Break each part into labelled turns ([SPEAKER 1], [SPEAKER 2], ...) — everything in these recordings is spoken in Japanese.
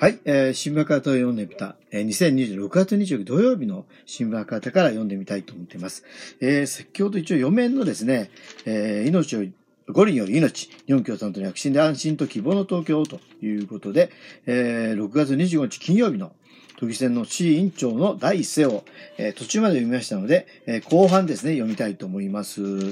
[SPEAKER 1] はい、新聞赤旗を読んでみた、2026月26日土曜日の新聞赤旗から読んでみたいと思っています。先ほど一応4面のですね、命を五輪より命、日本共産党の躍進で安心と希望の東京をということで、6月25日金曜日の都議選の市委員長の第一声を、途中まで読みましたので、後半ですね、読みたいと思います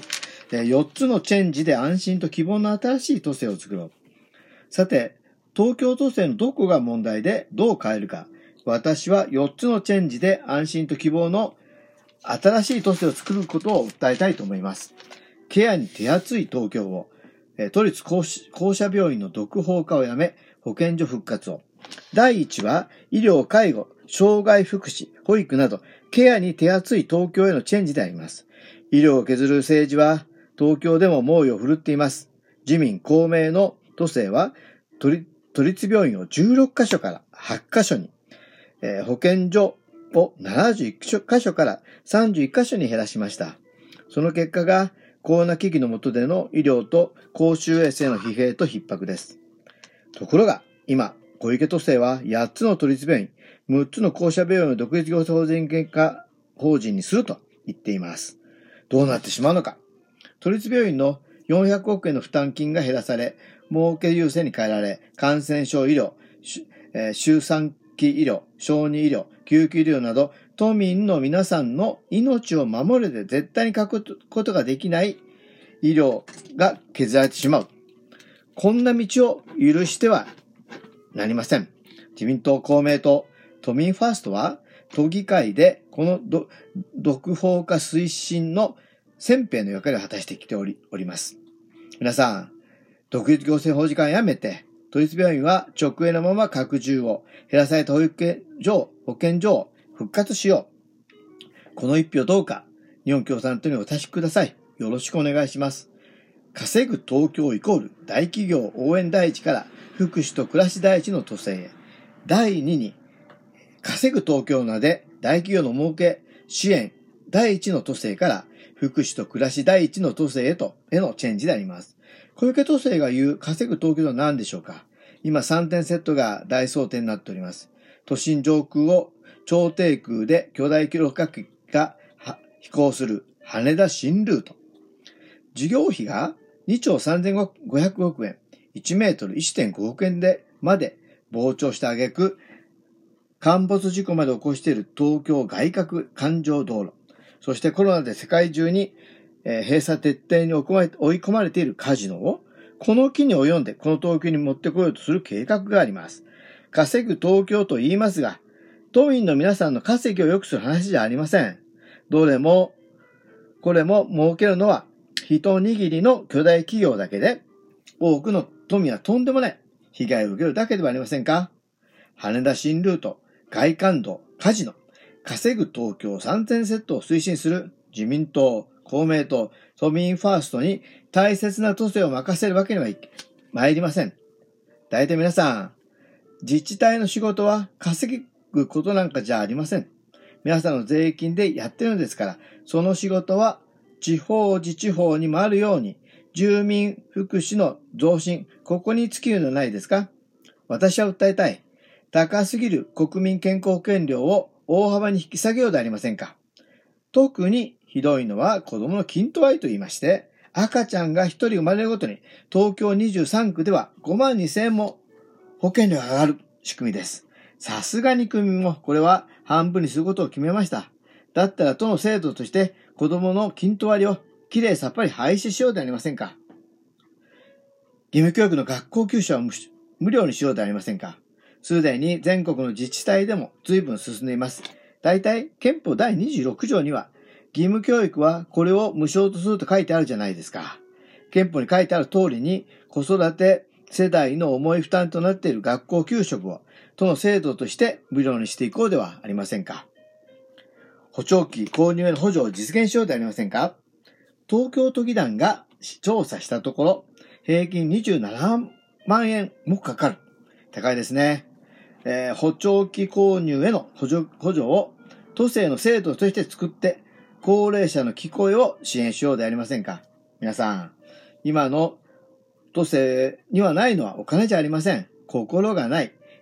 [SPEAKER 1] 。4つのチェンジで安心と希望の新しい都政を作ろう。さて、東京都政のどこが問題でどう変えるか。私は4つのチェンジで安心と希望の新しい都政を作ることを訴えたいと思います。ケアに手厚い東京を、都立公社病院の独法化をやめ、保健所復活を。第1は、医療、介護、障害福祉、保育など、ケアに手厚い東京へのチェンジであります。医療を削る政治は、東京でも猛威を振るっています。自民、公明の都政は、都立病院を16カ所から8カ所に、保健所を71カ所から31カ所に減らしました。その結果がコロナ危機の下での医療と公衆衛生の疲弊と逼迫です。ところが今、小池都政は8つの都立病院、6つの公社病院を独立行政法人にすると言っています。どうなってしまうのか。都立病院の400億円の負担金が減らされ、儲け優先に変えられ、感染症医療、周産期医療、小児医療、救急医療など、都民の皆さんの命を守るで絶対に欠くことができない医療が削られてしまう。こんな道を許してはなりません。自民党、公明党、都民ファーストは、都議会でこの独法化推進の先兵の役割を果たしてきております。皆さん、独立行政法人化をやめて、都立病院は直営のまま拡充を、減らされた保健所を復活しよう。この一票どうか、日本共産党にお達しください。よろしくお願いします。稼ぐ東京イコール大企業応援第一から福祉と暮らし第一の都政へ。第2に、稼ぐ東京の名で大企業の儲け支援第一の都政から福祉と暮らし第一の都政へのチェンジであります。小池都政が言う稼ぐ東京とは何でしょうか。今3点セットが大争点になっております。都心上空を超低空で巨大キロ旅客機が飛行する羽田新ルート。事業費が2兆3500億円、1メートル 1.5 億円でまで膨張した挙句、陥没事故まで起こしている東京外郭環状道路。そしてコロナで世界中に閉鎖徹底に追い込まれているカジノを、この機に及んでこの東京に持ってこようとする計画があります。稼ぐ東京と言いますが、都民の皆さんの稼ぎを良くする話じゃありません。これも儲けるのは一握りの巨大企業だけで、多くの都民はとんでもない被害を受けるだけではありませんか。羽田新ルート、外環道、カジノ、稼ぐ東京3点セットを推進する自民党、公明党、都民ファーストに大切な都政を任せるわけには参りません。大体皆さん、自治体の仕事は稼ぐことなんかじゃありません。皆さんの税金でやってるんですから、その仕事は地方自治法にもあるように、住民福祉の増進、ここに尽きるのではないですか。私は訴えたい。高すぎる国民健康保険料を大幅に引き下げようではありませんか。特にひどいのは子供の均等割と言いまして、赤ちゃんが一人生まれるごとに東京23区では5万2000円も保険料が上がる仕組みです。さすがに国もこれは半分にすることを決めました。だったら都の制度として子供の均等割をきれいさっぱり廃止しようではありませんか。義務教育の学校給食は無料にしようではありませんか。すでに全国の自治体でも随分進んでいます。大体憲法第26条には義務教育はこれを無償とすると書いてあるじゃないですか。憲法に書いてある通りに子育て世代の重い負担となっている学校給食を都の制度として無料にしていこうではありませんか。補聴器購入への補助を実現しようではありませんか。東京都議団が調査したところ、平均27万円もかかる。高いですね。補聴器購入への補助を都政の制度として作って、高齢者の聞こえを支援しようではありませんか。皆さん、今の都政にはないのはお金じゃありません。心がない。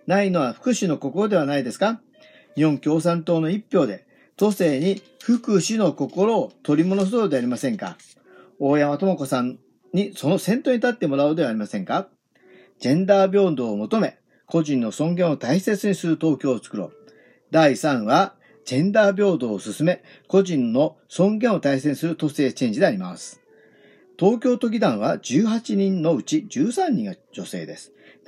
[SPEAKER 1] ないのは福祉の心ではないですか？日本共産党の一票で、都政に福祉の心を取り戻そうではありませんか。大山智子さんにその先頭に立ってもらおうではありませんか。ジェンダー平等を求め、個人の尊厳を大切にする東京を作ろう。第3は、ジェンダー平等を進め、個人の尊厳を大切にする都政チェンジであります。東京都議団は18人のうち13人が女性です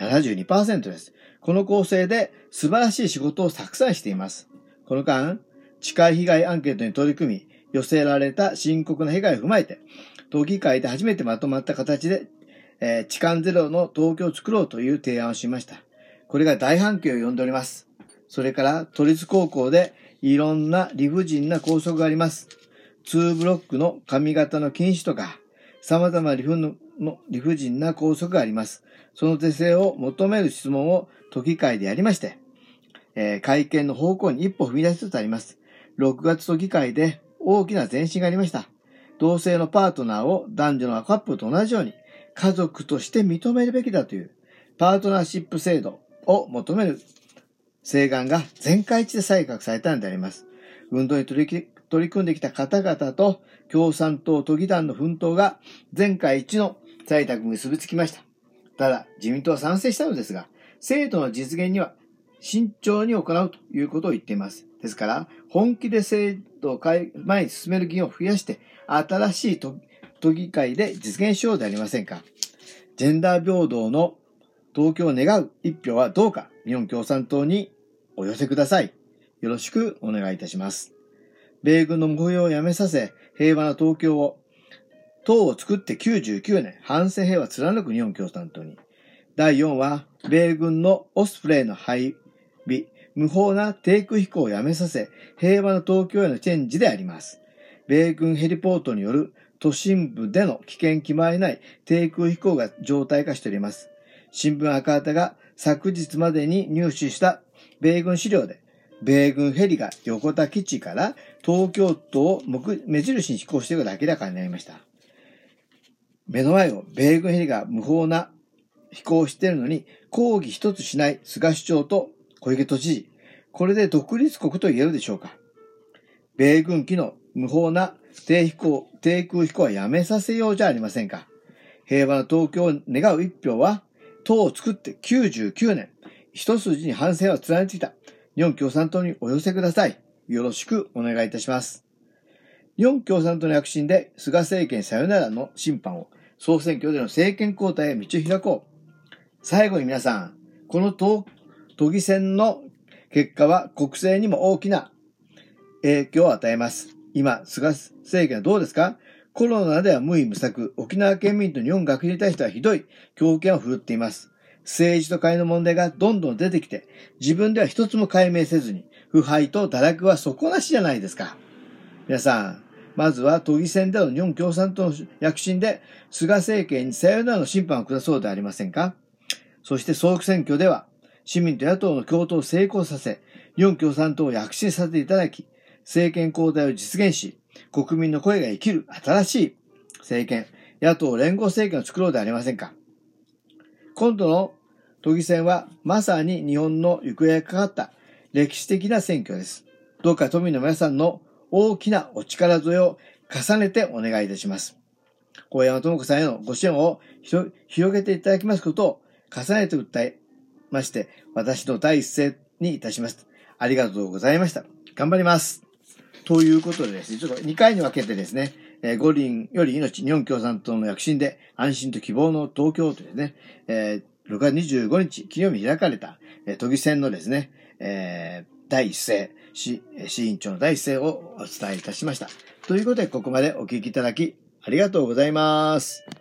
[SPEAKER 1] 。72% です。この構成で素晴らしい仕事をたくさんしています。この間、痴漢被害アンケートに取り組み、寄せられた深刻な被害を踏まえて、都議会で初めてまとまった形で、痴漢ゼロの東京を作ろうという提案をしました。これが大反響を呼んでおります。それから、都立高校でいろんな理不尽な校則があります。2ブロックの髪型の禁止とか、様々な理不尽な校則があります。その是正を求める質問を都議会でやりまして、改憲の方向に一歩踏み出しつつあります。6月都議会で大きな前進がありました。同性のパートナーを男女のカップルと同じように家族として認めるべきだというパートナーシップ制度を求める請願が全会一致で採択されたのであります。運動に取り組んできた方々と共産党都議団の奮闘が全会一致の採択に結びつきました。ただ、自民党は賛成したのですが、制度の実現には慎重に行うということを言っています。ですから、本気で制度を前に進める議員を増やして、新しい都議会で実現しようではありませんか。ジェンダー平等の東京を願う一票はどうか、日本共産党にお寄せください。よろしくお願いいたします。米軍の模様をやめさせ、平和な東京を、党を作って99年、反戦平和貫く日本共産党に。第4は、米軍のオスプレイの配備、無法な低空飛行をやめさせ、平和な東京へのチェンジであります。米軍ヘリポートによる都心部での危険極まりない低空飛行が常態化しております。新聞赤旗が昨日までに入手した米軍資料で、米軍ヘリが横田基地から東京都を目印に飛行していることが明らかになりました。目の前を米軍ヘリが無法な飛行しているのに抗議一つしない菅首長と小池都知事。これで独立国と言えるでしょうか。米軍機の無法な低空飛行はやめさせようじゃありませんか。平和な東京を願う一票は、党を作って99年、一筋に反省を貫いてきた日本共産党にお寄せください。よろしくお願いいたします。日本共産党の躍進で菅政権さよならの審判を、総選挙での政権交代へ道を開こう。最後に皆さん、この都議選の結果は国政にも大きな影響を与えます。今、菅政権はどうですか？コロナでは無為無策、沖縄県民と日本学に対してはひどい強権を振るっています。政治と金の問題がどんどん出てきて、自分では一つも解明せずに、腐敗と堕落は底なしじゃないですか。皆さん、まずは都議選での日本共産党の躍進で、菅政権にさよならの審判を下そうではありませんか。そして総選挙では、市民と野党の共闘を成功させ、日本共産党を躍進させていただき、政権交代を実現し、国民の声が生きる新しい政権、野党連合政権を作ろうではありませんか。今度の都議選はまさに日本の行方がかかった歴史的な選挙です。どうか都民の皆さんの大きなお力添えを重ねてお願いいたします。大山智子さんへのご支援を広げていただきますことを重ねて訴えまして、私の第一声にいたします。ありがとうございました。頑張ります。ということでですね、ちょっと2回に分けてですね、五輪より命、日本共産党の躍進で安心と希望の東京というね、6月25日、金曜日に開かれた、都議選のですね、第一声、市委員長の第一声をお伝えいたしました。ということで、ここまでお聞きいただき、ありがとうございます。